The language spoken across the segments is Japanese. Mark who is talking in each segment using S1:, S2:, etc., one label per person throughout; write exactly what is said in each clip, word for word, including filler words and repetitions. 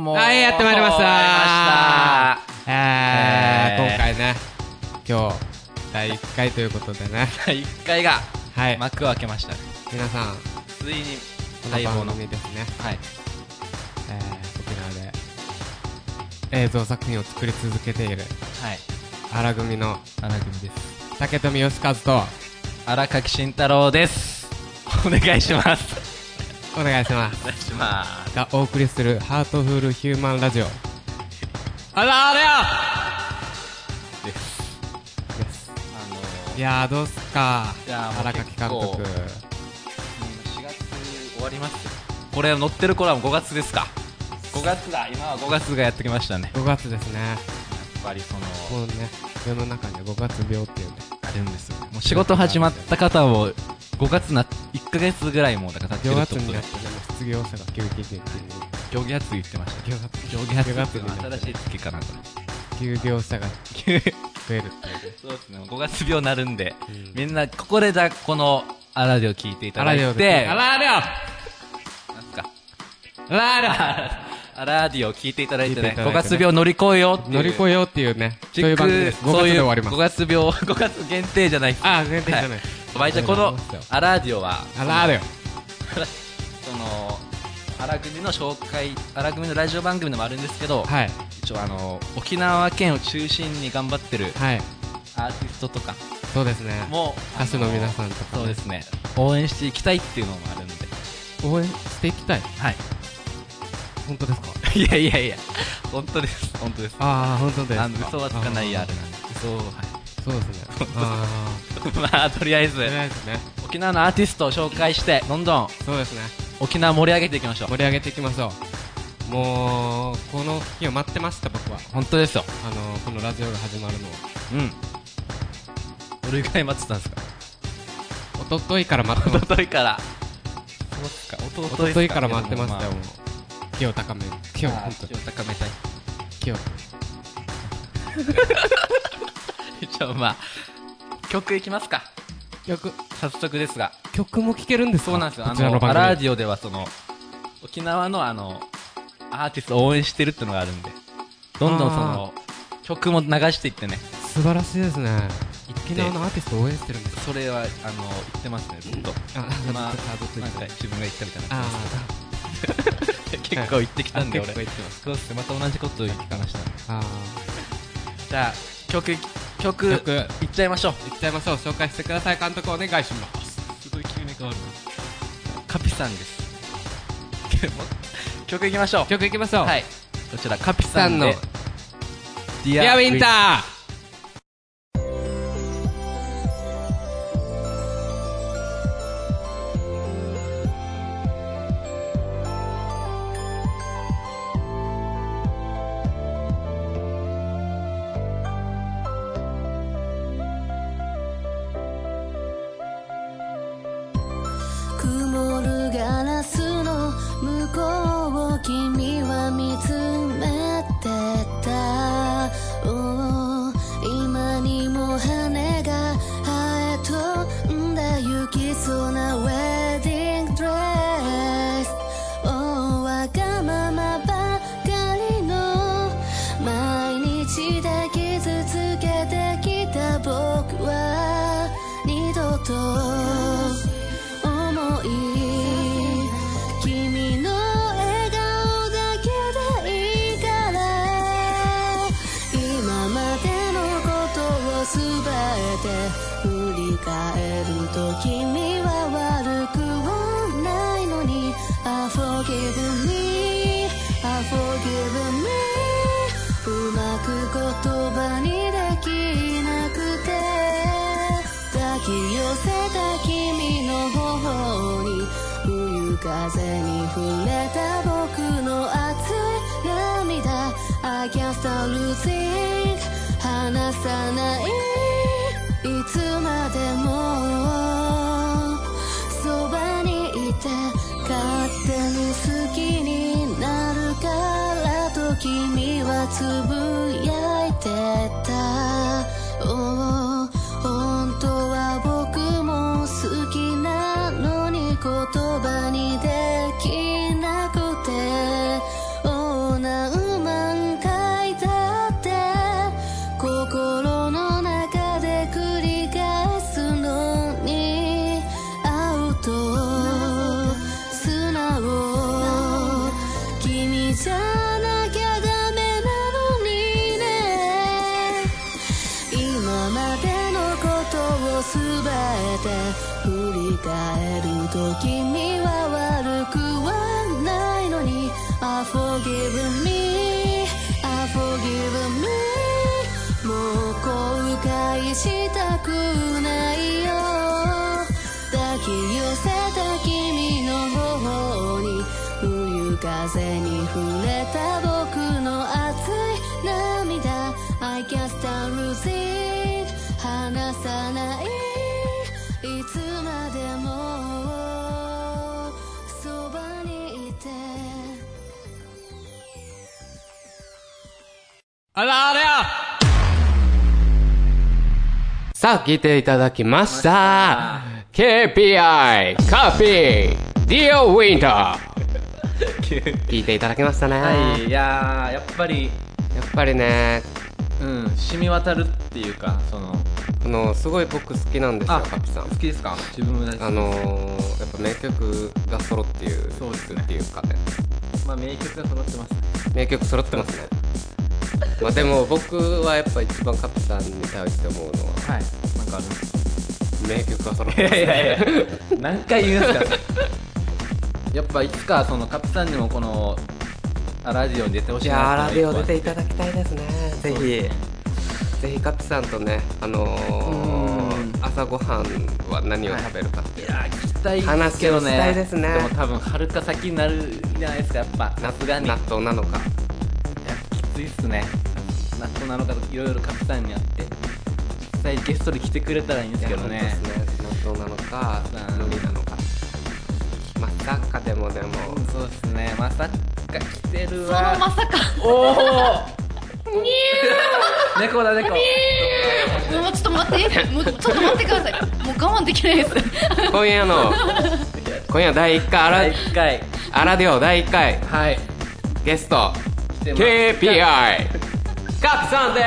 S1: も
S2: はい、やってまいりました。
S1: やりました。
S2: えー、
S1: えー
S2: 今回ね、今日だいいっかいということでね、
S1: だいいっかいが
S2: はい、
S1: 幕を開けましたね。
S2: 皆さん、
S1: ついに
S2: この番
S1: 待望の
S2: 組ですね、
S1: はい、
S2: えー、沖縄で映像作品を作り続けている
S1: はい、
S2: 荒組の
S1: 荒組です。
S2: 竹富義和と
S1: 荒垣慎太郎です。お願いします。
S2: お願いします
S1: お願いしま
S2: がお送りするハートフルヒューマンラジオ、あらあれや
S1: す。です。
S2: です
S1: あのー、
S2: いやー、どうすっか、
S1: いやーもう
S2: 荒垣監督。
S1: しがつ終わりますよ。これ乗ってる頃はもうごがつですか。ごがつだ。今はごがつがやってきましたね。
S2: ごがつですね。
S1: やっぱりその
S2: もうね、世の中にはごがつ病っていうね、
S1: あるんですよ。もう仕事始まった方もごがつな、いっかげつぐらいもうだから経って
S2: ごがつ
S1: るってことで、
S2: になってね、失業者が急激に
S1: 行儀発言ってました。
S2: 行月
S1: 行儀発
S2: 行月になって
S1: 新しい月かなこれ。
S2: 休業者が増えるっていうね、
S1: そうですね。ごがつ病なるんで、
S2: うん
S1: みんなここでだこのアラディを聞いていただいて、
S2: アラディオですね、アラディオ
S1: なんすか。アラディオアラディを聞いていただいてね、
S2: 聞いていただいてね
S1: ごがつ病乗り越えようっていう。
S2: 乗り越えようっていうね、そういう番組です。ごがつ
S1: そういう
S2: で終わります。
S1: ごがつ病、ごがつ限定じゃない。
S2: ああ、限定じゃない。
S1: 毎回このアラディオは、
S2: アラディ
S1: その荒組の紹介、荒組のラジオ番組でもあるんですけど、
S2: オ。はい。
S1: 一応あの沖縄県を中心に頑張ってる
S2: はい。
S1: アーティストとか
S2: そうですね。
S1: も
S2: 歌手の皆さんとかね
S1: そうですね、応援していきたいっていうのもあるんで、
S2: 応援していきたい。
S1: はい。
S2: 本当ですか？
S1: いやいやいや、本当です、本当です。
S2: ああ、本当ですか。
S1: あの嘘はつかないあれ
S2: あ
S1: なんで、嘘を、はい。
S2: ーそうですね。あ
S1: まあとりあえず
S2: あ、とりあえずね。
S1: 沖縄のアーティストを紹介してどんどん
S2: そうですね。
S1: 沖縄盛り上げていきましょう。
S2: 盛り上げていきましょう。もうこの日を待ってました、僕は。
S1: 本当ですよ。
S2: あのこのラジオが始まるのを
S1: うん。どれぐらい待ってたんですか。
S2: 一昨日から待ってま
S1: 一
S2: した。
S1: 昨日から。そうっすか。
S2: 一昨日から待ってましたよ。もう気を高める。気を
S1: あー
S2: 本当に
S1: 気を高めたい。
S2: 気を。
S1: 一応まあ曲いきますか。
S2: 曲
S1: 早速ですが。
S2: 曲も聴けるんですか？
S1: そうなんですよ。
S2: こ
S1: あのア
S2: ちらの番組。
S1: ラーディオではその沖縄のあのアーティストを応援してるってのがあるんで、どんどんその曲も流していってね。
S2: 素晴らしいですね。
S1: 行って
S2: 沖縄のアーティストを応援してるんですか？
S1: それはあの言ってますね、ずっと。
S2: あ、
S1: まあ
S2: ずっと
S1: なんか自分が言ったみたいな。
S2: あ
S1: 結構言ってきたんで
S2: あ、
S1: 俺。
S2: 結構言ってます。
S1: そうっすね。また同じことを言ってきましたね。
S2: あ
S1: じゃあ曲曲
S2: ー、曲
S1: いっちゃいましょう。
S2: いっちゃいましょう。紹介してください。監督お願いします。
S1: すごい急に変わるな。カピさんです。曲いきましょう。
S2: 曲いきましょう。
S1: はい。こちらカピさ
S2: さんの
S1: んでデ
S2: ディアウィンター。
S3: 曇るガラスの向こうを君は見つめてた、oh、今にも羽が生え飛んで行きそうなウェディングドレス、oh、わがままばかりの毎日で傷つけてきた僕は二度と君の笑顔だけでいいから、今までのことをすべて振り返ると君は悪くはないのに I forgive me, I forgive me うまく言葉にできなくて、抱き寄せた君の頬に冬風に触れた僕の熱い涙 I can't stop losing 離さないいつまでもそばにいて勝手に好きになるからと君はつぶやいてた、oh、本当は僕も好きなのに言葉にできなくて、oh、 をすべて振り返ると君は悪くはないのに I forgive me I forgive me もう後悔したくないよ抱き寄せた君の頬に冬風に触れた僕の熱い涙 I can't stand losing 離さないいつまでもそばにいて
S2: あらあれやさあ、聞いていただきました。ケーピーアイ、カーピー、ディオウィンター。聞いていただきましたね。
S1: はい、いやー、やっぱり、
S2: やっぱりね、
S1: うん、染み渡るっていうか、その、
S2: あの、すごい僕好きなんですよ、カピさん。
S1: 好きですか？自分も大好きです。
S2: あのー、やっぱ名曲が揃っていう、
S1: そうですね。
S2: っていうかね。
S1: まあ、名曲が揃ってますね。
S2: 名曲揃ってますね。まあでも僕はやっぱ一番カピさんに対して思うのは、
S1: はい、なんかあるんです
S2: 名曲が揃ってます、ね。
S1: いやいやいや、何回言うんですかやっぱいつかそのカピさんにもこのラジオに出てほしいな。
S2: いやー、ラジオ出ていただきたいですね。ぜひぜひカピさんとね、あのー、朝ごはんは何を食べるかっていう、
S1: はい、いやー聞きたいですけどね。
S2: 話をしたいですね。
S1: でも多分遥か先になるじゃないですか、やっぱ夏がに
S2: 納豆なのか、
S1: いやきついっすね。納豆なのかいろいろカピさんに会って実際ゲストで来てくれたらいいんですけどね。
S2: ですね、納豆なのか海苔なのか、まさかでもでも、
S1: うん、そうですね、まさか来てるわ。
S4: そのまさか
S1: おお猫だ猫。
S4: もうちょっと待ってもうちょっと待ってください。もう我慢できないです
S2: 今夜の今夜だいいっかいアラ
S1: だいいっかい
S2: アラディオだいいっかい、
S1: はい、
S2: ゲスト ケーピーアイ カピさんです。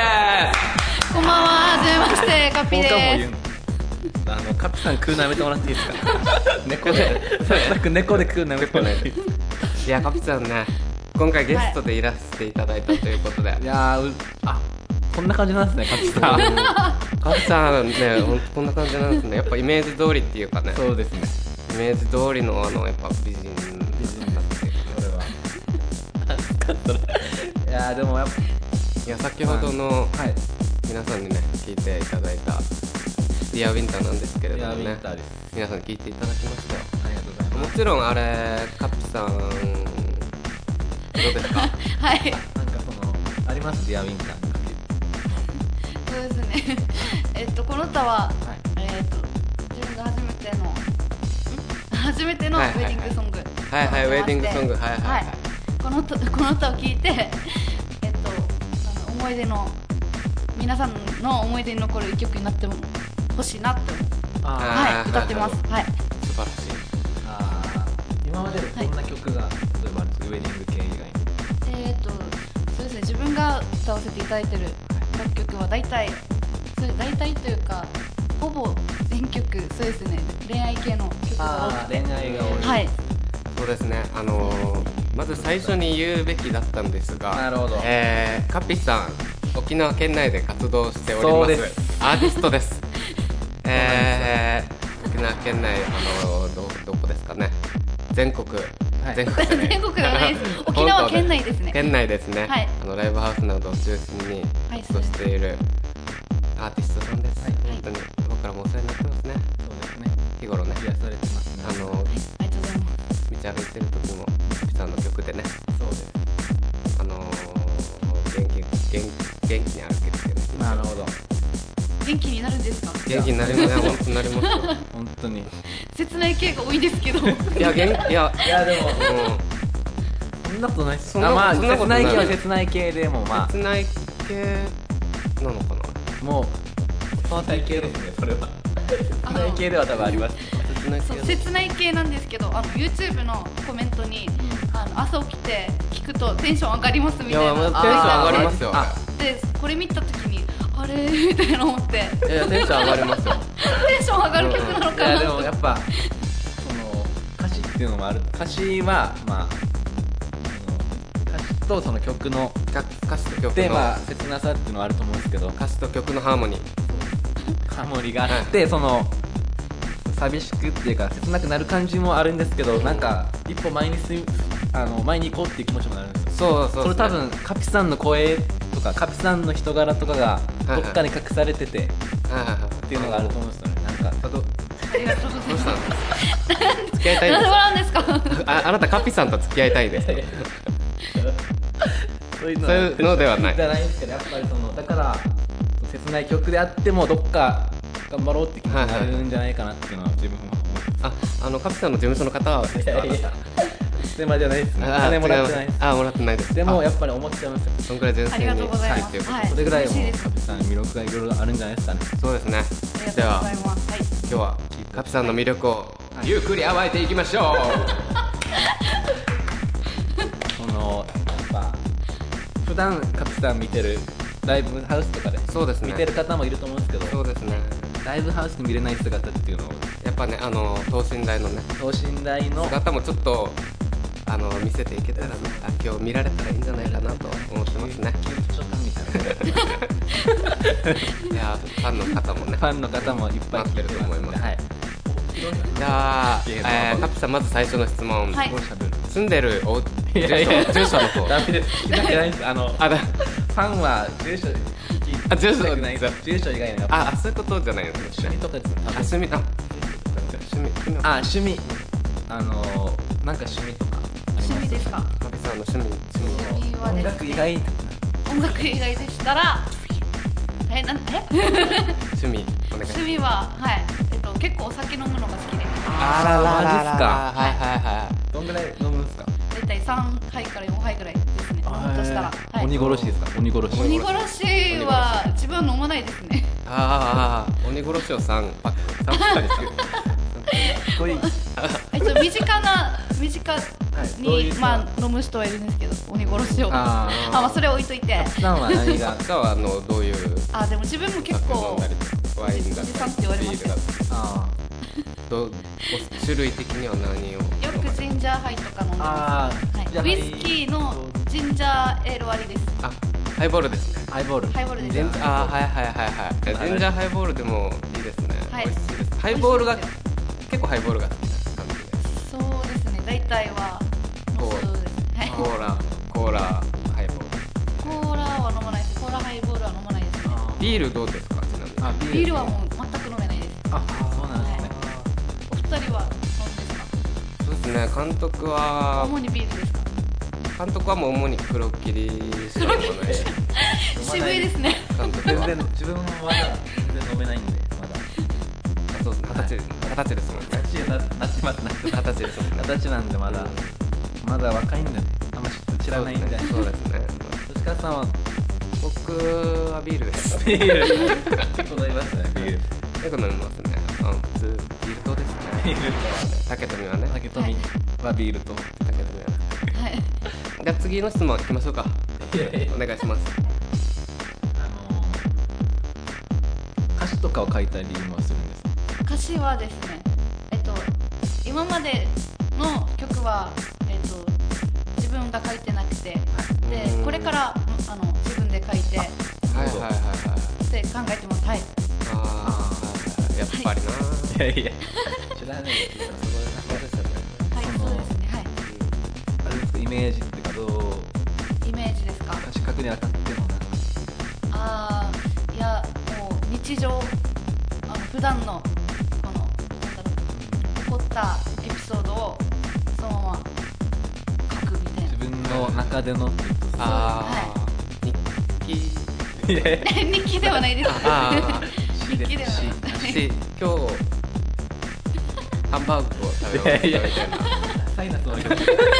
S4: こんばんは、はじめましてカピ
S1: 効果も言
S4: で
S1: うの。あのカピさん食うのやめてもらっていいですか猫で早速猫で食うのやめてもらっていいですか
S2: いやカピさんね、今回ゲストでいらしていただいたということで、はい、
S1: いやーうあこんな感じなんですね、カピさん
S2: カピさんね、ほんとこんな感じなんですね。やっぱイメージ通りっていうかね、
S1: そうですね、
S2: イメージ通りのあのやっぱ美人美人だっていうか、
S1: これはいやーでもやっぱ
S2: いや先ほどの、
S1: はい、
S2: 皆さんにね聞いていただいたディアウィンターなんですけれどもね、皆さん聞いていただきましたよ。
S1: ありがとうございます。
S2: もちろんあれカピさんどうですか
S4: はい
S1: なんかそのありますディアウィンター。
S4: そうですねえっとこの歌は、
S1: はい、
S4: えっと自分が初めての初めてのウェディングソング、
S2: はいはい、ウェディングソング、はいはいはい、はい、
S4: この歌この歌を聴いてえっとあの思い出の皆さんの思い出に残る一曲になっても欲しいなって思う、はい、歌ってます。はい、
S2: 素晴らしい。
S1: あ今まででどんな曲が、はい、例えばウェディング系以外に
S4: えっとそうですね、自分が歌わせていただいてる楽曲は大体そう大体というかほぼ全曲そうですね、恋愛系の曲が多くて、
S1: 恋愛が多い、
S4: はい、
S2: そうですね、あのー、まず最初に言うべきだったんですが、
S1: なるほど、
S2: えー、カピさん沖縄県内で活動しておりますアーティストです。えー、沖縄県内、あのー、ど, どこですかね、全国、
S1: はい、
S4: 全国全国ではないです沖縄県内ですね。
S2: 県内ですね、はい、あのライブハウスなどを中心に活動しているアーティストさんです、はい、本当に僕らもお世話になってますね。
S1: そうですね、
S2: 日頃ね、
S1: 癒されてますね。
S2: あのー、
S4: はい、ありがとうございます。
S2: 道歩いてる時もカピさんの曲でね、
S1: そうです、
S2: あのー、元気元気元気に歩けるっていうね。
S1: なるほど、
S4: 元気になるんですか？
S2: 元気になりますね、本当になりますよ。
S1: 本当に
S4: 切ない系が多いですけどい
S2: や、元気、いや、
S1: いやでも、
S2: うん、
S1: そんなことないっす。
S2: そんな、
S1: まあ、
S2: そんなことない
S1: 切ない系は切ない系でもまあ
S2: 切ない系なのかな。
S1: もう切ない系ですね、それは切ない系では多分あります。
S2: 切ない系
S4: そう切ない系なんですけど、あの YouTube のコメントに、うん、あの朝起きて聞くとテンション上がりますみたいな。
S2: いや、テンション上がりますよ。
S4: でこれ見た時にあれみたいな思って、
S2: いや、テンション上がりますよ。
S4: テンション上がる曲なのかな。
S1: いやでもやっぱその歌詞っていうのもある。歌詞はまあ歌詞とその曲の
S2: 歌詞と曲の
S1: でまあ切なさっていうのはあると思うんですけど、
S2: 歌詞と曲のハーモニー、
S1: ハモリがあって、その寂しくっていうか切なくなる感じもあるんですけど、なんか一歩前にすあの前に行こうっていう気持ちもなるんですよ。
S2: そうそう、
S1: それ多分カピさんの声とかカピさんの人柄とかがどっかに隠されててっていうのがあると思うんですよね。なんかど
S4: ありがとうございます。
S2: 付き合いたいんです
S4: なんで笑うんですか？
S2: ああなたカピさんと付き合いたいです
S1: そういう
S2: そういうのではない
S1: じゃないんですけど、やっぱりそのだから切ない曲であってもどっか頑張ろうって気持ちになれるんじゃないかなっていうのは自分は思います。
S2: ああのカピさんの事務所の方はですか？
S1: いやいやでまじゃないですね。
S2: あ
S1: 金もらってないです。
S2: あもらってないです。
S1: でもや
S2: っ
S1: っぱり思っちゃいますよ。
S2: そんくらい純粋に
S4: ありがとうございます
S2: 好きっていうこと
S4: はい
S1: それぐらいも
S4: 嬉しいです
S1: カピさん魅力がいろいろあるんじゃないですかね。
S2: そうですね。
S4: あり
S2: では
S4: がとうございます。はい。
S2: 今日はカピさんの魅力をゆっくり暴いていきましょ
S1: そのやっぱ普段カピさん見てるライブハウスとかで
S2: そうですね
S1: 見てる方もいると思うんですけど、
S2: う。そうですね。
S1: ライブハウスで見れない姿っていうのを
S2: やっぱねあの等身大のね
S1: 等身大の
S2: 姿もちょっとあの見せていけたらね、あ今日見られたらいいんじゃないかなと思ってますね。
S1: 図書館みたいな
S2: いやファンの方もね
S1: ファンの方もいっぱい
S2: 待ってると思います。
S1: はい。
S2: じゃあ、えー、カピさんまず最初の質問、
S4: はい
S2: 住んでるお住
S1: いやいや
S2: 所住所の方
S1: ダメです。聞いてないです。あの
S2: あだ
S1: ファンは住所
S2: あ住所
S1: 聞きたくないです。住所以外のやっぱ
S2: ああそういうことじゃないですね。
S1: 趣味とかですね。
S2: あ
S1: 多分
S2: 趣味あ趣味
S1: あ趣味あのなんか趣味とかあります
S4: 趣味ですか？
S2: カピさんの趣味趣味
S4: 趣味は
S1: 音
S4: ですね
S1: 楽以外
S4: 音楽以外でしたら、えなんえ
S2: 趣味お願いします。
S4: 趣味ははいえっと結構お酒飲むのが好きで、
S1: あららマジっすか。
S2: はいはいはい
S1: どんぐらい飲むんですか。
S4: だいたいさんはいからよんはいぐらいですね。飲むとしたら、はい。
S1: 鬼殺しですか。鬼殺し。
S4: 鬼殺しは自分は飲まないですね。
S2: ああ鬼殺しをさんパックさんパックですけど
S1: こういう
S4: えっと身近な身近
S1: はいどういう人
S4: にまあ飲む人はいるんですけど鬼殺しをあ
S1: あ
S4: まあそれ置いといて
S1: 普段は何が
S2: さはあのどういう
S4: あでも自分も結
S2: 飲
S4: 構
S2: んだりとかワインだ
S4: おじさんっ
S2: ってた
S4: 言われますよ
S2: りビールだったり
S1: あ
S2: どうお種類的には何を
S4: よくジンジャーハイとか飲んでます、
S1: あー
S4: はい、
S1: じゃあ
S4: ウイスキーのジンジャーエール割りです
S2: あハイボールですね。
S1: ハイボール
S4: ハイボールです
S2: ジンあーはいはいはいはいジンジャーハイボールでもいいですね、
S4: はい
S2: 美味しいです。ハイボールが
S4: 美味しいで
S2: 結構ハイボールが好きな感じで
S4: そうですね大体は
S2: こう
S4: そうですねはい
S2: コーラコーラハイボール
S4: コーラは飲まないですコーラハイボールは飲まないですね
S2: ビールどうですかちなみに
S1: あ
S4: ビールはもう全く飲めないです
S1: あそうなんですね。
S4: お二人は飲んですか
S2: そうですね監督は
S4: 主にビールですか
S2: 監督はもう主に黒霧しか飲まない
S4: 渋いですね
S2: 監督は
S1: 全然自分もまだ全然飲めないんでまだ。
S2: あそうですね二十歳二十歳ですもんね
S1: 二十歳ななってますなってます。
S2: 二十歳ですもんね
S1: 二十歳なんでまだまだ若いんでねあんまちょっと知らないんで。
S2: そうですね
S1: 吉川さんは
S2: 僕はビールです
S1: ビール結構飲みますねビール。
S2: よく飲みますねあの普通ビール糖ですね
S1: ビール
S2: 竹富はね
S1: 竹富はビールと。
S2: 竹富はね
S4: はい
S2: じゃあ次の質問いきましょうか
S1: いやいや
S2: お願いします
S1: あの歌詞とかを書いたりもするんですか。
S4: 歌詞はですねえっと今までの曲はえっと自分が書いてなくてで
S2: うん
S4: これからあの自分で書いて
S2: はいはいはいはい
S4: って考えてますはい
S2: ああやっぱりな、
S1: いやいや知らないですよ。
S2: すごいなそうですよね
S4: はい
S1: その
S4: そうですねはい
S1: あれですかイメージっていうかどう
S4: イメージですか
S1: 歌詞書くにあたってのなんか
S4: ああいやもう日常あの普段のこのなんだろう起こったエピソードをそのまま書くみたい
S1: 自分の中でのっていうと
S2: ああ日記
S1: いやいや
S4: な日記ではないです
S2: あ
S4: 日記ではない
S2: し今日ハンバーグを食べようみ
S1: いやいや
S2: たいな
S1: サイナスの曲
S2: 感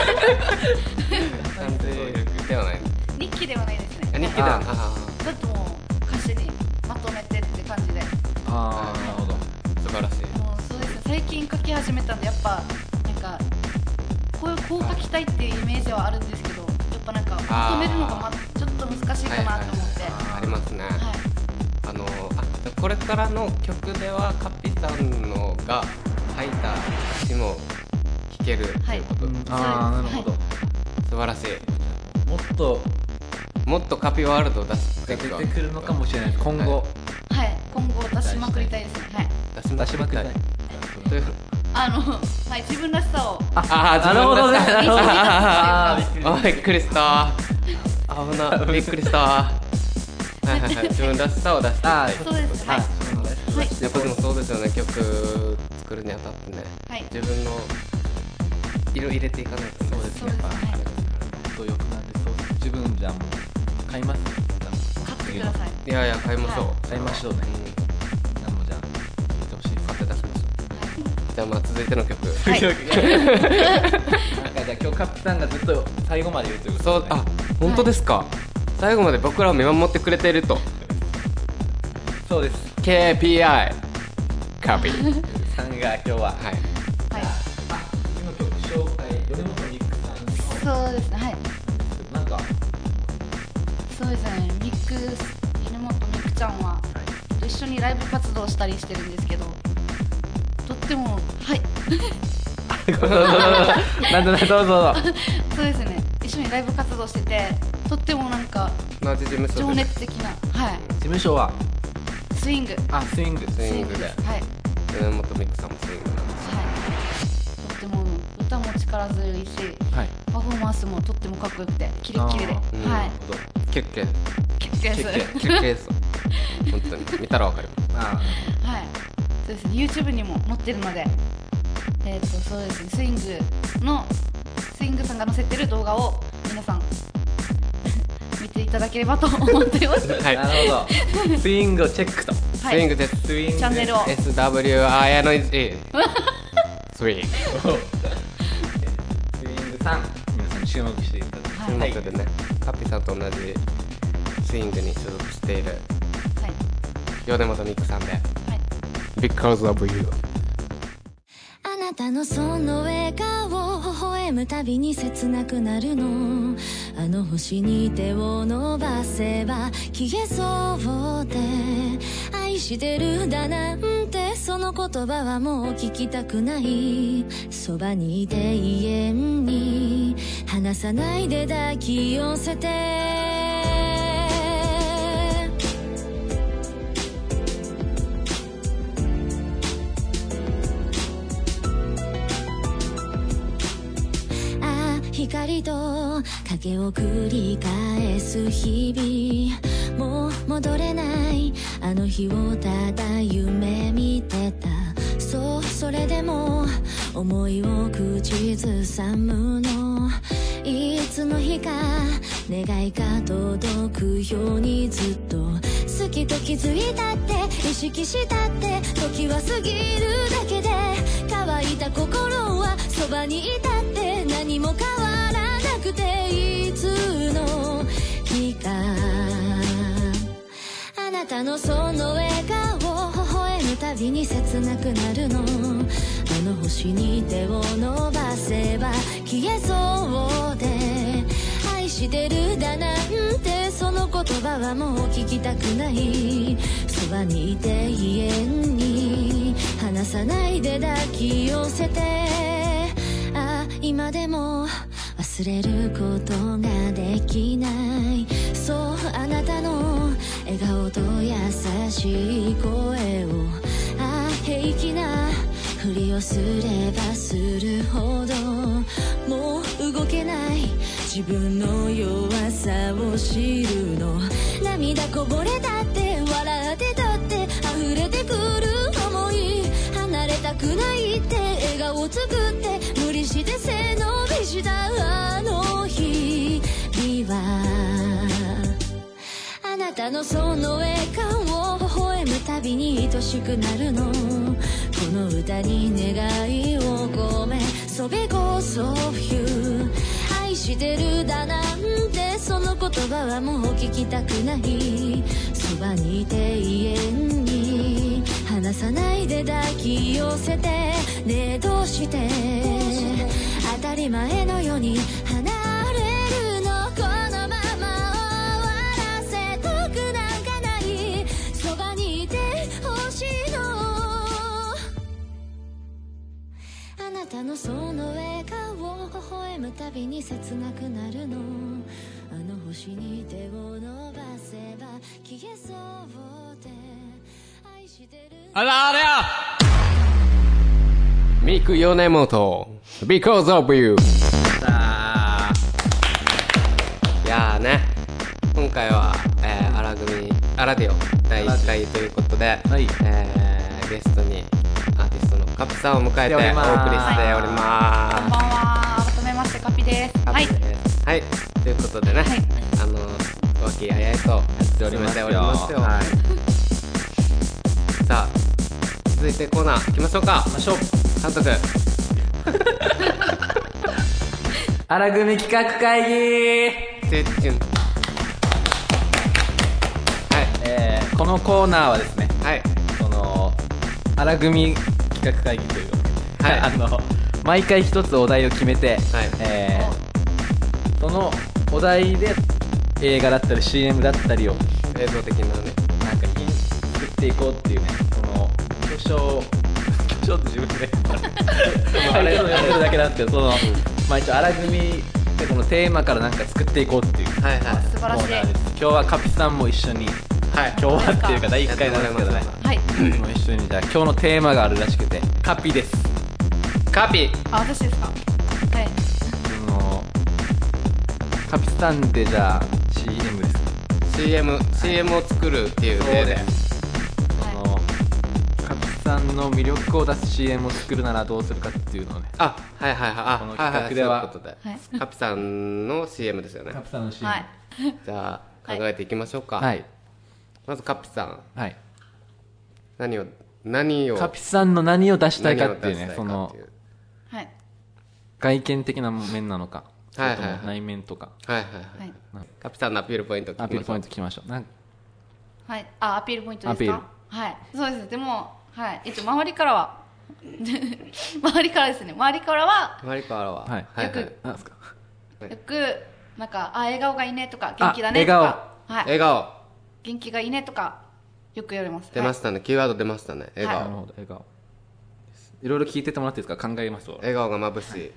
S2: じではない
S4: 日記ではないですね
S2: あ日記だ
S1: あ
S2: あ
S4: ちょっともう歌詞にまとめてって感じで
S1: ああなるほど
S2: ー素晴らしい
S4: もうそうですね最近書き始めたんでやっぱなんかこうこう書きたいっていうイメージはあるんですけどやっぱなんかまとめるのが、ま、ちょっと難しいかなと思って
S2: はいはいはいありますね、
S4: はい
S2: あのあこれからの曲ではカピさんのが書いた詩も聴けるということ、
S1: うんああなるほど
S2: 素晴らしい
S1: もっと
S2: もっとカピワールドを出して
S1: 出
S2: いくわ
S1: てくるのかもしれないです今後
S4: はい今後出しまくりたいですね。はい。
S2: 出しま
S1: 出しまくりたい
S2: という
S4: あのはい自分らしさを
S2: ああ
S1: なるほどねなるほど
S2: あ
S1: あー
S2: ーびっくりした危なびっくりしたはいはいはい自分らしさを出していきたい
S1: あー
S4: そうです。はい。はい。
S2: やっぱでもそうですよね曲作るにあたってね
S4: はい。
S2: 自分の色入れていかないと
S1: そうですねやっぱ
S4: そうですね
S1: そうよくなんでそう自分じゃもう買います
S4: 買ってください。
S2: いやいや買いましょう、
S4: は
S1: 買いましょうね
S2: うん
S1: なんもじゃあ言ってほしい
S2: 買って出しましょうじゃあまあ続いての曲
S4: はい。
S1: なんかじゃあ今日カップさんがずっと最後まで言うということで、ね、
S2: そうあ本当ですか、最後まで僕らを見守ってくれていると
S1: そうです
S2: ケーピーアイ カビー
S1: さんが今日は
S2: はい
S4: はい。
S1: あ今曲紹介米本ミックさん
S4: そうですね。はい。
S1: なんか
S4: そうですね。ミックス稲本ミクちゃんは一緒にライブ活動したりしてるんですけど、とってもはい
S1: なんだなんだどうぞどうぞ
S4: そうですね。一緒にライブ活動してて、とってもなんか
S2: 同じ事務所
S4: 情
S2: で
S4: 熱的なはい
S1: 事務所は
S4: スイング
S1: あスイング
S2: スイングで
S4: です。はい。
S2: 米本ミクさんもスイングなんです
S4: はい。とっても歌も力強いし、
S1: はい
S4: パフォーマンスもとってもかっこよくてキレッキレで、
S1: あ
S2: ー
S4: はい。
S2: キュッケー
S4: キレッキレです。
S1: キレッキレ
S2: キュッケーです本当に見たらわかります
S1: あ
S4: はい。そうですね。YouTube にも載ってるので、えっ、とそうですね。スイングのスイングさんが載せてる動画を皆さん見ていただければと思っています。
S2: はい
S1: なるほどスイングをチェックと
S4: はい。
S2: スイングです
S1: スイング
S4: チャンネルを
S2: エスダブリューアイエヌイー スイング
S1: スイングさん皆さん注目していただき
S4: は
S2: ということでねカピさんと同じスイングに所属している
S4: はい。
S2: 米本ミクさんで
S4: はい。
S2: Because of You
S3: あなたのその笑顔微笑むたびに切なくなるのあの星に手を伸ばせば消えそうで愛してるだなんてその言葉はもう聞きたくないそばにいて永遠に離さないで抱き寄せて光と影を繰り返す日々もう戻れないあの日をただ夢見てたそうそれでも思いを口ずさむのいつの日か願いが届くようにずっと好きと気づいたって意識したって時は過ぎるだけで乾いた心はそばにいたって何も変わらなくていつの日かあなたのその笑顔微笑むたびに切なくなるのあの星に手を伸ばせば消えそうで愛してるだなんてその言葉はもう聞きたくないそばにいて永遠に離さないで抱き寄せてあ今でも忘れることができないそうあなたの笑顔と優しい声をあ平気なふりをすればするほどもう動けない自分の弱さを知るの涙こぼれたって笑ってたって溢れてくる思い離れたくないって笑顔作って無理して背伸びしたあの日にはあなたのその笑顔微笑むたびに愛しくなるのこの歌に願いを込めSo because of you愛してるだなんてその言葉はもう聞きたくないそばにいて永遠に離さないで抱き寄せてねえどうして当たり前のように離れるのこのまま終わらせたくなんかないそばにいてほしいのあなたのその笑顔微笑むたびに切なくなるのあの星に手を伸ばせば消えそうで
S2: あらあれやミクヨネモト Because of you
S1: さあ
S2: いやーね今回は、えー、アラ組アラディオだいいっかいということで、
S1: はい、
S2: えー、ゲストにアーティストのカピさんを迎えてお送りしております、
S4: はい、こんばんは。改めましてカピです。
S2: はい、はい、ということでね、はい、あの和気あいあいとやっておりますよ。はい、さあ続いてコーナー行きましょうか。
S1: 行きましょう。
S2: 監督
S1: アラ組企画会議
S2: てっちゅん。はい、
S1: えー、このコーナーはですね、
S2: はい、
S1: そのアラ組企画会議というか、はい、あの毎回一つお題を決めて、はい、えー、そのお題で映画だったり シーエム だったりを
S2: 映像的なね
S1: なんか作っていこうっていうね、その巨匠巨匠って自分であれをやってるだけなんですけど、そのまあ一応アラ組でこのテーマからなんか作っていこうっていうコーナーです。
S4: はいはい、素晴らしい。
S1: 今日はカピさんも一緒に、はい、今日はっていうかだいいっかいなんですけどね、はい、もう一緒にじゃあ今日のテーマがあるらしくて、カピです。
S2: カピ。
S4: あ、私ですか。はい。
S1: そのカピさんってじゃあ シーエム ですか。
S2: シーエム、シーエム を作るっていう例で、
S1: そのカピさんの魅力を出す シーエム を作るならどうするかっていうのをね、
S2: あ、はいはいはい、あ、
S1: この企画では、
S2: はいはい、そういうことで、はい、カピさんの シーエム ですよね。
S1: カピさんの シーエム、はい、
S2: じゃあ考えていきましょうか。
S1: はい、
S2: まずカピさん、はい、何を何を
S1: カピさんの何を出したいかっていうね、その、
S4: はい、
S1: 外見的な面なのか、
S2: はいはいはい、
S1: 内面とか、
S2: はいはいはい、カピさんのアピールポイント聞きましょう。
S1: アピールポイント聞きましょう。なん
S4: はい、あ、アピールポイントですか。はい、そうです。でも、はい、一応周りからは周りからですね、周りからは
S2: 周りからは、はい、
S4: よく、はい、
S1: なんですか、
S4: よくなんか、あ、笑顔がいいねとか元気だねとか、
S2: 笑顔、はい、笑顔、
S4: 元気がいいねとかよく言われます。
S2: 出ましたね、はい、キーワード出ましたね、笑顔、はい、
S1: なるほど、笑顔。いろいろ聞いててもらっていいですか。考えます。
S2: 笑顔が眩しい、はい、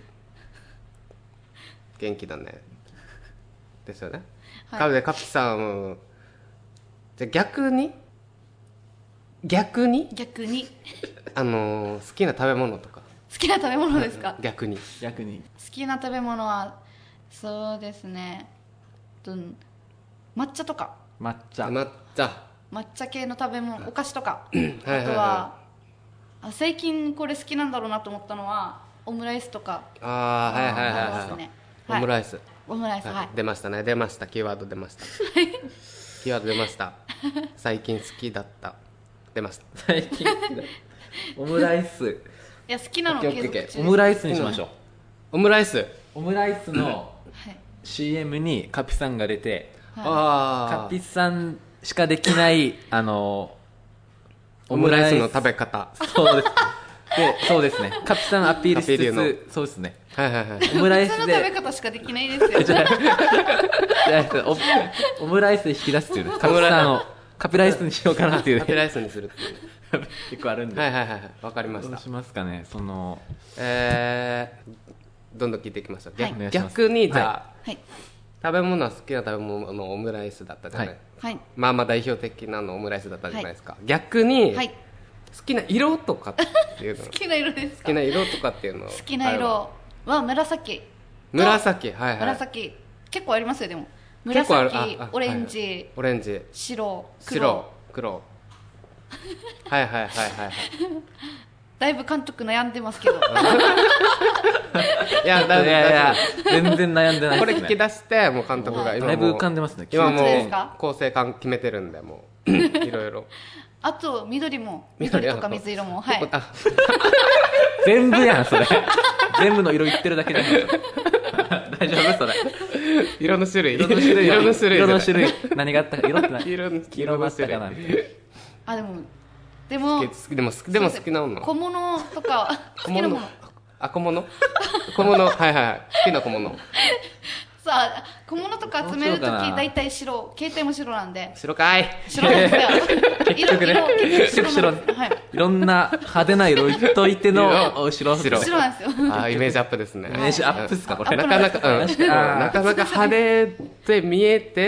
S2: 元気だねですよね。はい、でカピさん、じゃあ逆に逆に
S4: 逆に
S2: あのー、好きな食べ物とか。
S4: 好きな食べ物ですか。
S2: 逆に
S1: 逆に
S4: 好きな食べ物はそうですね、と抹茶とか。
S1: 抹茶
S2: 抹茶
S4: 抹茶系の食べ物、お菓子とか
S2: はいはいはい、
S4: あとはあ最近これ好きなんだろうなと思ったのはオムライスとか。
S2: ああ、はいはいはいはい、ね、オムライス、はい、
S4: オムライス、はいはい、
S2: 出ましたね、出ました、キーワード出ましたキーワード出ました。最近好きだった出ました。
S1: 最近オムライス、
S4: いや好きなの継続中です。
S1: オムライスにしましょう。
S2: オムライス
S1: オムライスの シーエム にカピさんが出て、
S2: はい、あ
S1: カピさんしかできないあの
S2: オムライスの食べ方。
S1: そうですでそうですね、カピさんアピールしつつ、そうですね、
S2: はいはいはい、
S1: オムライスで
S4: 普通の食べ方しかできないですよ。
S1: じゃあオムライスで引き出すっていう、カピさんのカピライスにしようかなっていう、
S2: カピライスにするっていう
S1: 結構あるんで、
S2: はいはいはい、わかりました。
S1: どうしますかね、その
S2: えー、どんどん聞いていきましょう。
S1: はい、
S2: 逆にじゃあ、
S4: はい、
S2: 食べ物は好きな食べ物のオムライスだったじゃない、
S4: はい、
S2: まあまあ代表的なのオムライスだったじゃないですか、はい、逆に、はい、好きな色とかっていうの
S4: 好きな色ですか。
S2: 好きな色とかっていうの
S4: 好きな色は紫。
S2: 紫、はいはい、
S4: 紫結構ありますよ。でも紫、オレンジ、はい、
S2: オレンジ、
S4: 白、黒、
S2: 白、黒はいはいはいはいはい
S4: だいぶ監督悩んでますけど
S2: いやだいぶ、いやいや
S1: 全然悩んでないですね。
S2: これ聞き出してもう監督が今もう
S1: だいぶ浮かんでますね。
S2: 今もう構成感決めてるんで、もういろいろ
S4: あと緑も、緑とか水色も、はい、
S1: 全部やんそれ全部の色言ってるだけじゃない大丈夫それ。
S2: 色の種類
S1: 色の種類
S2: 色の種類
S1: 色の種類何があったか、色って何
S2: 色
S1: 色があったかな。
S4: あ、でもでも
S2: 好きでも好きでも好きなもの、
S4: 小物とか好きなもの、
S2: あ、小物小物はいはい好きな小物
S4: さあ、小物とか集めるとき大体白、携帯も白なんで。
S2: 白かい
S4: 白ですよ
S1: 結局ね、結局白、はい、いろんな派手な色言っといての白
S4: 白白なんですよ。
S2: あ、イメージアップですね。
S1: イメージアップっすかこれ。
S2: なかなか、うん、なかなか派手で見えて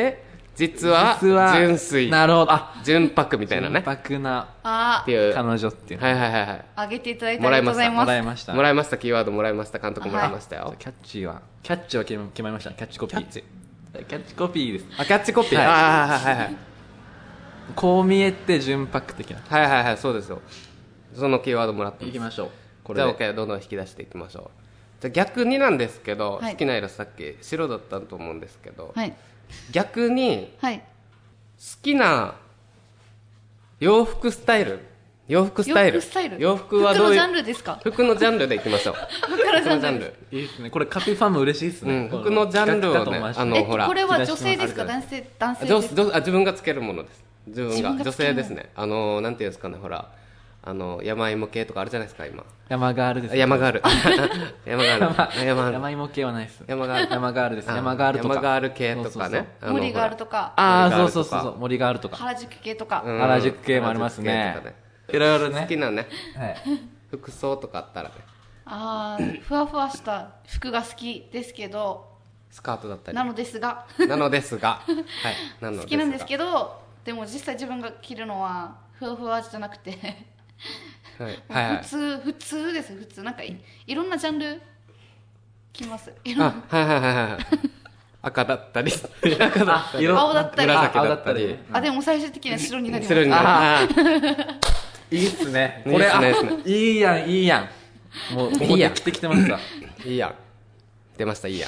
S2: 実は
S1: 実は
S2: 純粋
S1: なるほど、あ、
S2: 純白みたいなね
S1: 純白な
S4: あ
S2: っていう
S1: 彼女っていうの
S2: はいはいはいはい
S4: あ、あげていただいてありがとうござい
S1: も
S4: ます。
S1: らいました。
S2: もらいましたキーワードもらいました監督もらいましたよ、
S1: キャッチはキャッチは決ま決まりました。キャッチコピー。
S2: キャッチ
S1: キャッチコピーです。
S2: あキャッチコピー、
S1: はい
S2: ああはいはいはい
S1: こう見えて純白的な。
S2: はいはいはいそうですよそのキーワードもらってます
S1: いきましょう。こ
S2: じゃあ
S1: れで
S2: OK どんどん引き出していきましょうじゃあ逆になんですけど、
S4: はい
S2: 好きな色さっき白だったと思うんですけど、
S4: はい
S2: 逆に
S4: はい。
S2: 好きな洋服スタイル洋服スタイル
S4: 洋服スタイル。
S2: 洋服はどういう
S4: 服のジャンルですか？
S2: 服のジャンルでいきましょう
S4: 服のジャンル
S2: 服のジャンル
S1: いいですね。これカピファンも嬉しいですね。
S2: うん服のジャンルをね
S1: この企画かと思いました
S2: あの
S4: え、
S2: ほら
S4: これは女性ですか？
S2: 引き出
S4: 男性男性
S2: 女
S4: ですか？
S2: 女あ自分がつけるものです自分が
S4: 自分が
S2: 女
S4: つけるもの
S2: 性ですねあのなんていうんですかねほらあの山芋系とかあるじゃないですか今
S1: 山ガールです。
S2: 山ガール山ガール山ガール
S1: 山芋系はないです。
S2: 山ガール
S1: 山ガールです。
S2: あ
S1: 山ガールとか。
S2: 山ガール系とかね
S1: そうそうそう
S2: あの
S4: 森ガール
S2: ほ
S4: とか
S1: ああ、
S2: 森ガールとか
S1: そうそうそうそう。森ガールとか。
S4: 原宿系とか。
S2: うん
S1: 原宿系もありますね
S2: 原宿系とか
S1: いろいろね。
S2: 好きなね
S1: はい。
S2: 服装とかあったらね
S4: ああ、ふわふわした服が好きですけど、
S2: スカートだったり
S4: なのですが、
S2: なのですがはいなの
S4: 好きなんですけ
S2: ど
S4: ど、でも実際自分が着るのはふわふわじゃなくて、
S2: はいはいはい
S4: 普通普通です普通なんかいいろんなジャンル着ます。いろん
S2: あ
S4: な
S2: はいはいはいはい赤だったり赤だったり
S1: 色
S4: 青だったり
S2: 紫
S1: あ青
S2: だったり
S4: あでも最終的には白になります。
S2: 白になるあ
S1: いいっすね。
S2: いい
S1: これ、あ
S2: っすねいいっすね
S1: いいやん、いいやん。もう、ここで着てきてますわ。
S2: ーいいやん出ましたいいやん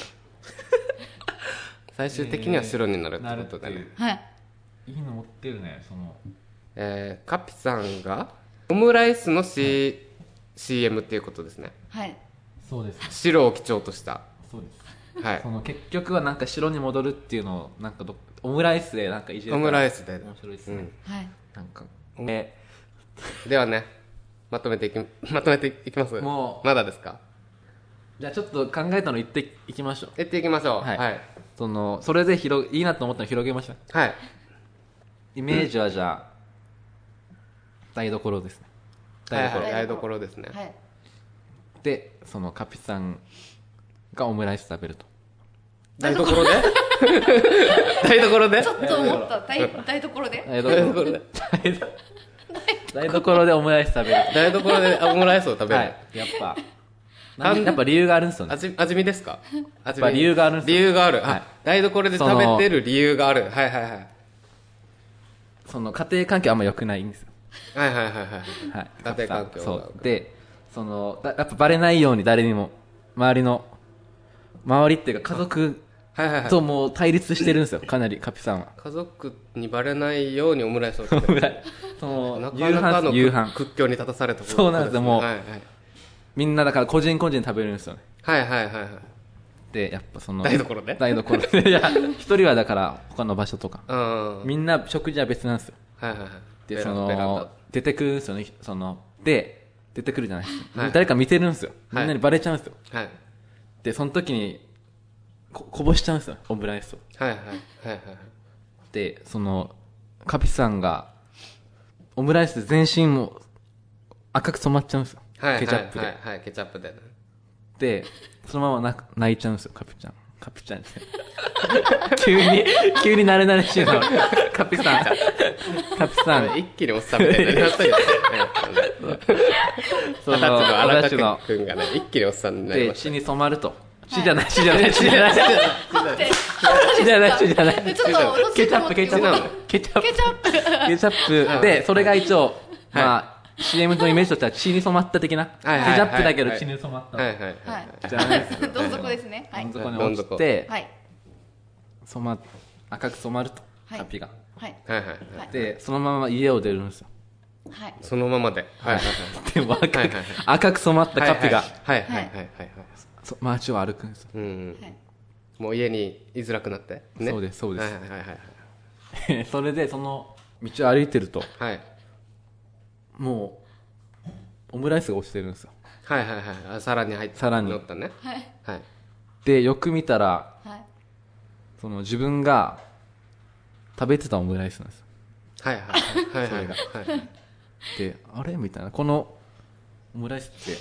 S2: 最終的には白になるってことでね、
S4: はい。
S1: いいの持ってるね、その。
S2: えー、カピさんがオムライスの C、シーエム っていうことですね
S4: はい。
S1: そうです。
S2: 白を基調とした
S1: そうです。
S2: はい
S1: その結局はなんか白に戻るっていうのをなんかどオムライスでなんかいじる
S2: オムライスで
S1: 面白いですね、
S2: うん
S4: はい。
S1: なんか
S2: えではねまとめていきまとめていきます
S1: もう
S2: まだですか
S1: じゃあちょっと考えたの言っていきましょう。
S2: やっていきましょう
S1: はい
S2: はい、
S1: そのそれで広いいなと思ったの広げましょう。
S2: はい
S1: イメージはじゃあ台所ですね。台所、
S2: はいはい台所ですね、
S4: はい。
S1: でそのカピさんがオムライス食べると。
S2: 台所で台所で
S4: ちょっと思った台台所で。
S1: 台
S2: 台所で
S1: 台所でオムライス食べる
S2: 台所でオムライスを食べ
S1: と。
S2: る、
S1: はい。やっぱなんやっぱ理由があるんですよね。
S2: 味味見ですか味
S1: やっぱ理由があるんですよ
S2: 理由がある、
S1: はい
S2: あ台所で食べてる理由があるはいはいはい
S1: その家庭環境あんま良くないんですよ。
S2: はいはいはいはい
S1: はい。
S2: 家庭環境が
S1: そうでそのだやっぱバレないように誰にも周りの周りっていうか家族
S2: はいはいはい
S1: ともう対立してるんですよかなりカピさんは。
S2: 家族にバレないようにオムライスを食べる
S1: その
S2: なか
S1: 夕
S2: なかの
S1: 飯夕飯
S2: 屈強に立たされたこと
S1: そうなんですよもう
S2: はいはい
S1: みんなだから個人個人食べるんですよね。
S2: はいはいはいはい
S1: でやっぱその
S2: 台所で
S1: 台所でいや一人はだから他の場所とか
S2: うんはい
S1: みんな食事は別なんですよ。
S2: はいはい
S1: でそ
S2: ベラベランダ
S1: の出てくるんですよね。そので出てくるじゃないですか、
S2: はい
S1: 誰か見てるんですよ。
S2: はい
S1: みんなにバレちゃうんですよ。
S2: はい
S1: でその時にここぼしちゃうんですよオムライスを。
S2: はいはいはいはい
S1: でそのカピさんがオムライスで全身も赤く染まっちゃうんですよ、
S2: はい
S1: ケチャップで、
S2: はいはいケチャップでね
S1: でそのままな泣いちゃうんですよカピちゃんカピちゃんって急に急に慣れ慣れしいのカピさんカピさん
S2: 一気におっさんみたいになったけどね
S1: そ
S2: 二十歳の荒
S1: 私の
S2: 川君がね一気におっさんになりまし
S1: で血に染まると血じゃない血じゃない血じゃない
S4: 待って。
S1: 血じゃない血じゃない
S4: ちょっとどっち
S1: ケチャップケチャップ
S2: 違うの
S1: ケチャップ
S4: ケチャップ。
S1: ケチャップでそれが一応まあ シーエム のイメージとしては血に染まった的なケチ
S2: はいはいはい
S1: ャップだけど血に染まった
S2: たはいはいはい
S4: はい。
S1: じゃないですよ
S4: どん底ですね。はい
S1: どん。底に落ちて
S4: はい。
S1: 染ま赤く染まると
S4: はい
S1: カピが
S4: はい。
S2: はいはい
S4: はい。
S1: でそのまま家を出るんですよ。
S4: はい。
S2: そのままではいはいはい
S1: でも赤く
S2: はいはいはい
S1: 赤く染まったカピが
S2: はいはいはいはいはい
S1: そ街を歩くんですよ。
S2: うん
S4: はい。
S2: もう家に居づらくなってね
S1: そうですそうです
S2: はいはいはいはい
S1: それでその道を歩いてると
S2: はい
S1: もうオムライスが落ちてるんですよ。
S2: はいはいはいあ皿に入って
S1: 皿に
S2: 乗ったね
S4: はい。
S2: はい
S1: でよく見たら
S4: はい。
S1: その自分が食べてたオムライスなんですよ。
S2: はいはいはいはいはいはい
S1: であれみたいなこのオムライスって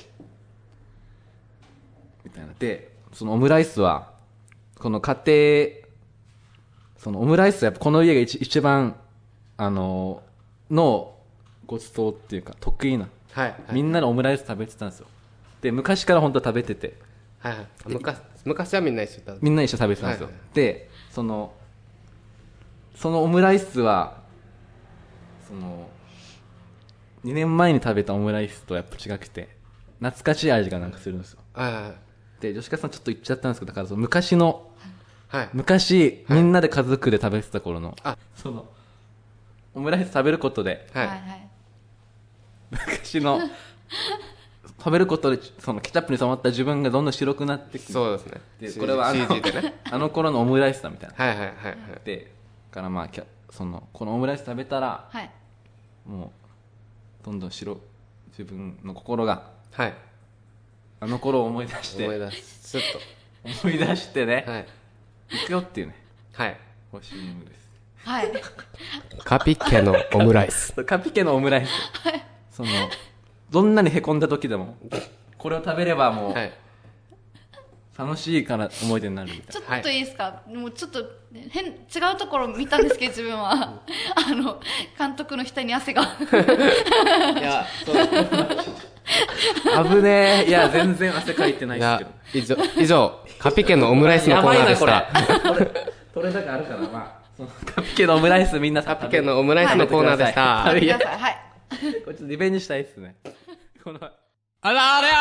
S1: みたいなでそのオムライスはこの家庭そのオムライスはやっぱこの家が一一番あののごちそうっていうか得意な、
S2: はいはい、
S1: みんなでオムライス食べてたんですよ。で昔から本当は食べてて、
S2: はいはい、昔, 昔はみんな一緒だ
S1: みんな一緒食べてたんですよ、
S2: はいはい、
S1: でそのそのオムライスはそのにねんまえに食べたオムライスとやっぱ違くて懐かしい味がなんかするんですよ。
S2: はいはい、
S1: で吉川さんちょっと言っちゃったんですけど、だからその昔の、
S2: はい、
S1: 昔、はい、みんなで家族で食べてた頃の
S2: あ
S1: そのオムライス食べることで、
S2: はい
S4: はいはい、
S1: 昔の食べることでそのケチャップに染まった自分がどんどん白くなってくる。
S2: そうですね。
S1: でこれはあの、
S2: シージー でね、
S1: あの頃のオムライスだみたいな。
S2: はいはいはいはい。
S1: でからまあそのこのオムライス食べたら、
S4: はい、
S1: もうどんどん白自分の心が、
S2: はい、
S1: あの頃を思い出して
S2: 思い出すちょっ
S1: と思い出してね、
S2: はい、
S1: 行くよっていうね、
S2: はい、
S1: 欲しいものです。
S4: はい、
S2: カピ家のオムライス
S1: カピ家のオムライス、はい、そのどんなにへこんだ時でもこれを食べればもう、はい、楽しいから思い出になるみたいな。
S4: ちょっといいですか、はい、もうちょっと変違うところ見たんですけど自分はあの監督の額に汗がい
S1: やそう危ねえ。いや全然汗かいてないですけど。
S2: 以上以上カピ家のオムライスのコーナーでした。
S1: やばいなこれ取れ高あるかな。まあそのカピ家のオムライスみんな
S2: カピ家のオムライスのコーナーでした。
S4: 食べてください。はい、
S1: これちょっとリベンジしたいですね。この
S2: あらあれや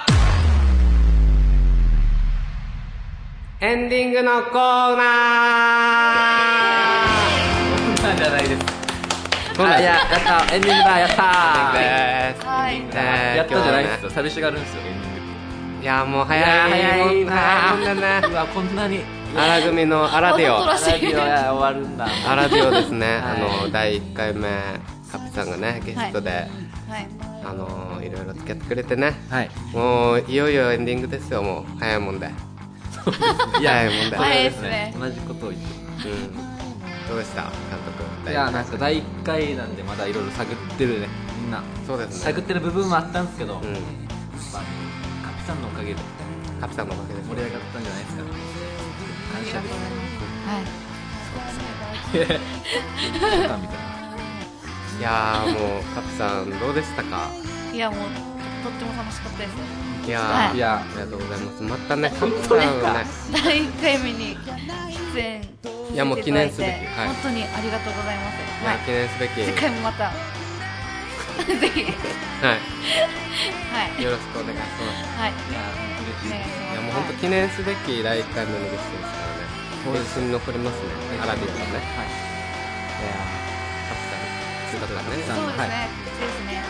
S2: エンディングのコーナー。
S1: こんなんじゃないです。
S2: こんなん
S1: ややったエンディングだやったー。
S2: エンディングです。
S4: はい。
S2: えー、
S1: やったじゃないですよ。寂しがるんですよエンディング。
S2: いやもう早い早いなー。
S1: うわこんなに。
S2: アラ組のアラディオ。
S1: アラディオや終わるんだ。
S2: アラディオですね。あのだいいっかいめカピさんがねゲストで、はい、あのいろいろ付き合ってくれてね。はい。もういよいよエンディングですよ。もう早いもんで。
S1: いや、
S2: 問題
S4: 早いですね。
S1: 同じことを言って、うん、
S2: どうでした監督。
S1: いやなんかだいいっかいなんでまだいろいろ探ってるねみんな。
S2: そうですね。
S1: 探ってる部分もあったんですけど、うん、まあ、カピさんのおかげで
S2: カピさんのおかげで
S1: 盛り上がったんじゃないですか。感謝です。
S4: はい。そうですね。
S2: いやもうカピさんどうでしたか。
S4: いやもうとっても楽しかったです。
S2: いや、はい、いやありがとうございます。またね
S1: 本当にね
S4: だいいっかいめに出演
S2: いやもう記念すべき、
S4: はい、本当にありがとうございます。
S2: いや、はい、記念すべき。
S4: 次回もまたぜひ
S2: はい、
S4: はい、
S2: よろしくお願いします。
S4: はい、
S2: いや嬉しい。いやもう本当記念すべきだいいっかいめのゲストですからね。練習に残りますね。アラビックね。はい。いやカピさん、姿がね。
S4: そうですね。ですね。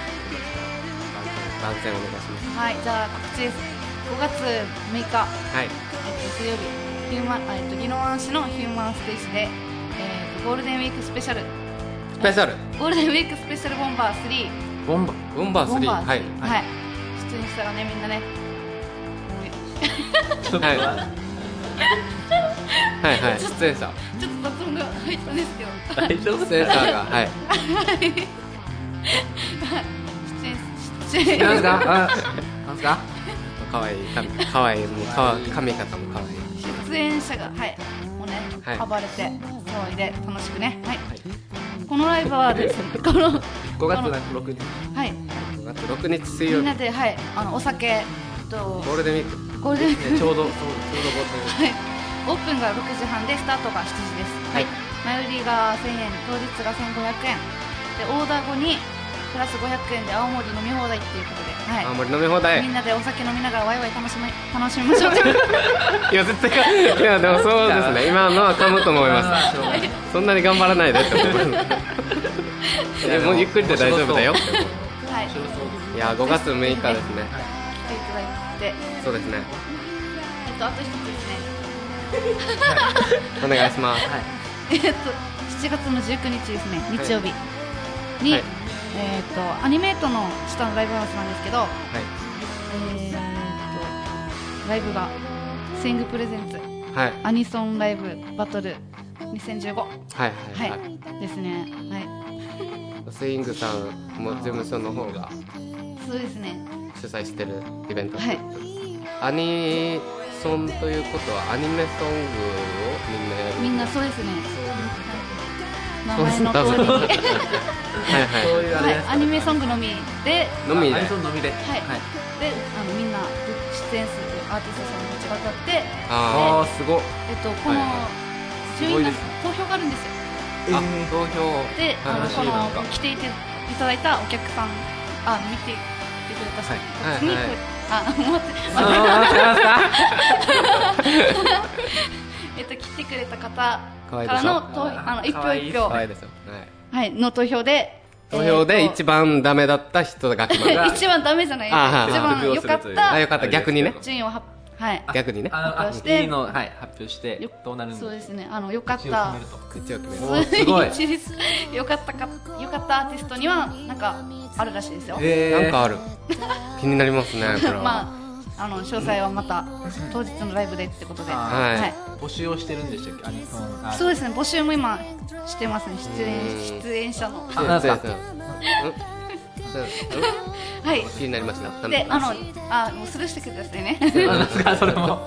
S2: 番宣お願いします。
S4: はい、じゃあ告知です。ごがつむいか、はい、えっと水曜日、ヒューマンえっと宜野湾市のヒューマンステージで、えっとゴールデンウィークスペシャル。
S2: スペシャル。
S4: ゴールデンウィークスペシャルボンバースリー。
S1: ボンバ
S2: ー。ボンバースリー。はい。
S4: はい。出演したらねみんなね。
S2: はいはいはい。出演者。
S4: ちょっと雑音が入ったんですけど。
S1: 大丈夫。
S2: 出演者がはい。
S4: 出演
S1: なんすか？なんすか？
S2: 可愛い髪、可愛いもう髪型も可愛い。
S4: 出演者がはいもうね、はい、暴れて騒いで楽しくねはい。はい、このライブはですねこの
S1: ごがつろくにち
S4: はい
S2: ごがつろくにち水曜日
S4: みんなではいあのお酒と
S2: ゴールデンウィーク
S4: ゴールデンウィーク
S1: ちょうどちょうど
S4: はいオープンがろくじはんでスタートがしちじです。はい。前売りがせんえん当日がせんごひゃくえんでオーダー後にプラスごひゃくえんで青森飲み放題っていうことで、はい、
S2: 青森飲み放題
S4: みんなでお酒飲みながらワイワイ楽しみ楽しみましょう
S2: いや絶対かいやでもそうですね今のは噛むと思いますそんなに頑張らないでって思いますいやもうゆっくりで大丈夫だよ
S4: はい
S2: いやごがつむいかですね
S4: 来ていただいて
S2: そうですね
S4: えっとあと一つですね、
S2: はい、お願いします、はい、
S4: えっとしちがつのじゅうくにちですね日曜日に、はいえー、とアニメートの下のライブハウスなんですけど、はいえー、とライブがスイングプレゼンツ、はい、アニソンライブバトルにせんじゅうご、はいはいはいはい、ですね、はい、
S2: スイングさんも事務所の方が
S4: そうですね
S2: 主催してるイベント、はい、アニソンということはアニメソングをみんな
S4: みんなそうですね。名前の通り
S2: はいはい
S1: そういうあれですか、
S4: はい、アニメソングのみで、
S2: のみで
S1: アニソンのみで、
S4: はいであのみんな出演するアーティストさんたちが歌って、
S2: あ
S1: あーすごっ。
S4: えっとこの
S1: はいはい
S4: 順位の
S1: すごいですね
S4: 投票があるんですよ。
S2: ーあ投票
S4: で、あの
S1: 楽しい
S4: こ
S1: なんか
S4: の来ていていただいたお客さん、あ見ていてくれた人たちに、
S2: はいはい
S4: あ待って
S1: あー待ってますか
S4: えっと来てくれた方か
S2: 可愛いでしょ
S4: らの投あの一票一票
S2: 可愛いですよ、はい、
S4: はいの投票で
S2: 投票で
S4: えーと
S2: 一番ダメだった人が決まる
S4: 一番ダメじゃない
S2: あー
S4: 一番良かっ
S1: 発表するという
S4: た
S2: あよかった逆にね
S4: 順位をははい
S2: 逆にね
S1: あのあ
S4: 発表して
S1: いいの、はい、発表して
S4: よ
S1: どうなるん
S4: そう
S1: で
S4: ですねあの良かっ
S1: 口を
S4: た
S1: 決めると。
S2: 口を決める
S1: おーすごい
S4: 一律良かったか良かったアーティストにはなんかあるらしいですよ。
S1: えー
S2: なんかある気になりますねこれは、
S4: まああの詳細はまた当日のライブでってことで、
S1: あ
S2: ー
S4: はい
S1: 募集をしてるんでしたっけ、アニソン。あ
S4: そうですね募集も今してますね出
S2: うん
S4: 演出演者の
S1: あなんすか
S2: そうそうそううん
S4: はい
S2: 気になりました
S4: であのあもうスルーしてくださいね
S1: あなんすかそれも。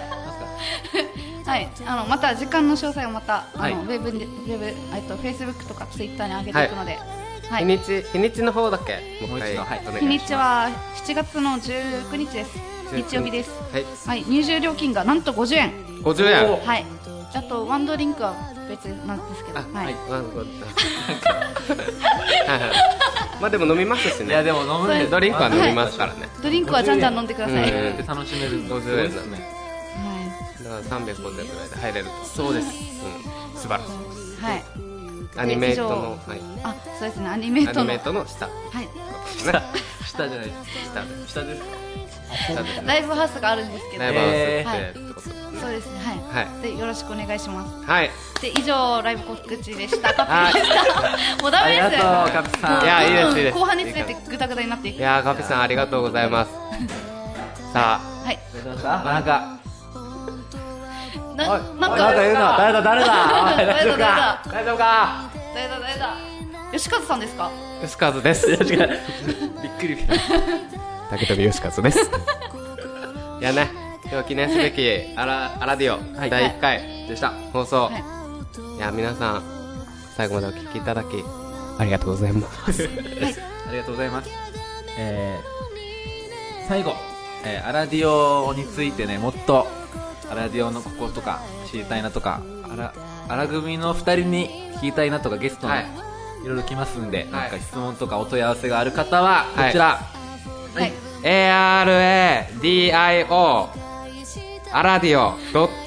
S4: はいあのまた時間の詳細をまたあの、
S1: はい
S4: ウェブでウェブえっとフェイスブックとかツイッターに上げていくので、はい
S2: 日にち日にちの方だけもう一回
S1: もう一度はい
S2: お願いします
S4: 日にちはしちがつのじゅうくにちです日曜日です。
S2: はい
S4: はい入場料金がなんとごじゅうえん。
S2: ごじゅうえん
S1: お
S4: はいあとワンドリンクは別なんですけど、
S2: あ
S4: はい、
S1: はい
S2: ワンコはいはいまあでも飲みますしね
S1: いやでも飲むんで
S2: ドリンクは飲みますからね、
S4: ドリンクはじゃんじゃん飲んでください、
S2: うん
S4: はい
S1: で楽しめる
S2: ごじゅうえん
S1: すごいですね。
S2: だからさんびゃくごじゅうえんぐらいで入れると
S1: そうです。
S2: うん素晴らしい
S4: はい
S2: アニメートの、
S4: 以上
S2: はい、
S4: あそうですねアニメー
S2: アニ
S4: トの
S2: メートの下
S4: はい
S2: ね
S1: 下じゃないです。
S2: 下で
S1: 下ですか。
S2: 下ですね
S4: ライブハウスがあるんですけど、
S2: ライブハウス
S1: え
S2: って
S4: ー
S2: ってことですね
S4: そうですねはい、
S2: はい
S4: でよろしくお願いします
S2: はい
S4: で以上ライブ告知でしたカ
S2: はい
S4: ピでしたもうダメです
S1: ありがとうカピさん
S4: もう
S2: いやいいです
S4: どんどん
S2: いいです
S4: 後半につれてグダグダになっていく
S2: いやーカピさんありがとうございますさ
S4: はい
S1: ありがとうございました。なんか
S4: な
S1: おい
S4: なんか
S1: なんか言うな。誰だ誰だ。おい
S4: 誰だ
S1: 大丈夫か。
S2: あ大丈夫か
S4: 誰だ誰だ吉和さんですか
S2: 吉和です
S1: 確かにびっくり。
S2: 竹富吉和ですいやね今日記念すべきアラアラディオ
S1: はい
S2: だいいっかい
S1: でした。
S2: 放送、
S4: はい
S2: いや皆さん最後までお聞きいただきありがとうございます
S4: はい
S1: ありがとうございます。えー、最後、えー、アラディオについてね、もっとアラディオのこことか知りたいなとか、アラアラ組のふたりに聞きたいなとかゲストに、
S2: はい
S1: いろいろ来ますんで、
S2: い
S1: なんか質問とかお問い合わせがある方はこ
S2: はい
S1: ちら、
S4: はい
S2: エーアールエーディーアイオー アラディオ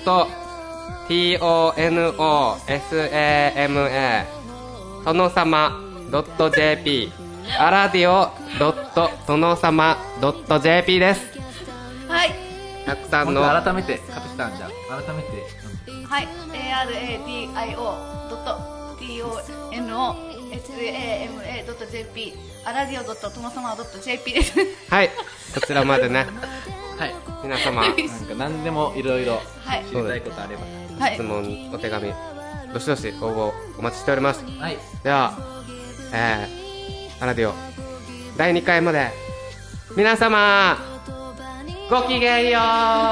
S2: .tonsama 殿様 .jp アラディオ .殿様 .jp です
S4: はい
S2: たくさんの
S1: もう改めてカピさんじゃあ改めて
S4: はい エーアールエーディーアイオードットティーオーエヌオーエスエーエムエードットジェーピー アラディオドット殿様ドットジェーピーです
S2: はいこちらまでね
S1: はい
S2: 皆様
S1: なんか何でもいろいろ
S4: はい
S1: 知りたいことあれば
S4: はい
S2: 質問お手紙どしどし応募お待ちしております
S1: はい
S2: ではえー、アラディオだいにかいまで皆様ごきげんよ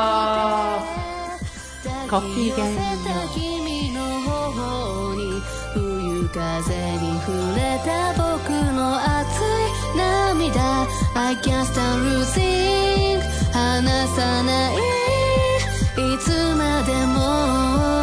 S2: う
S3: ごきげんよう君の頬に冬風に触れた僕の熱い涙 I can't stand losing 離さないいつまでも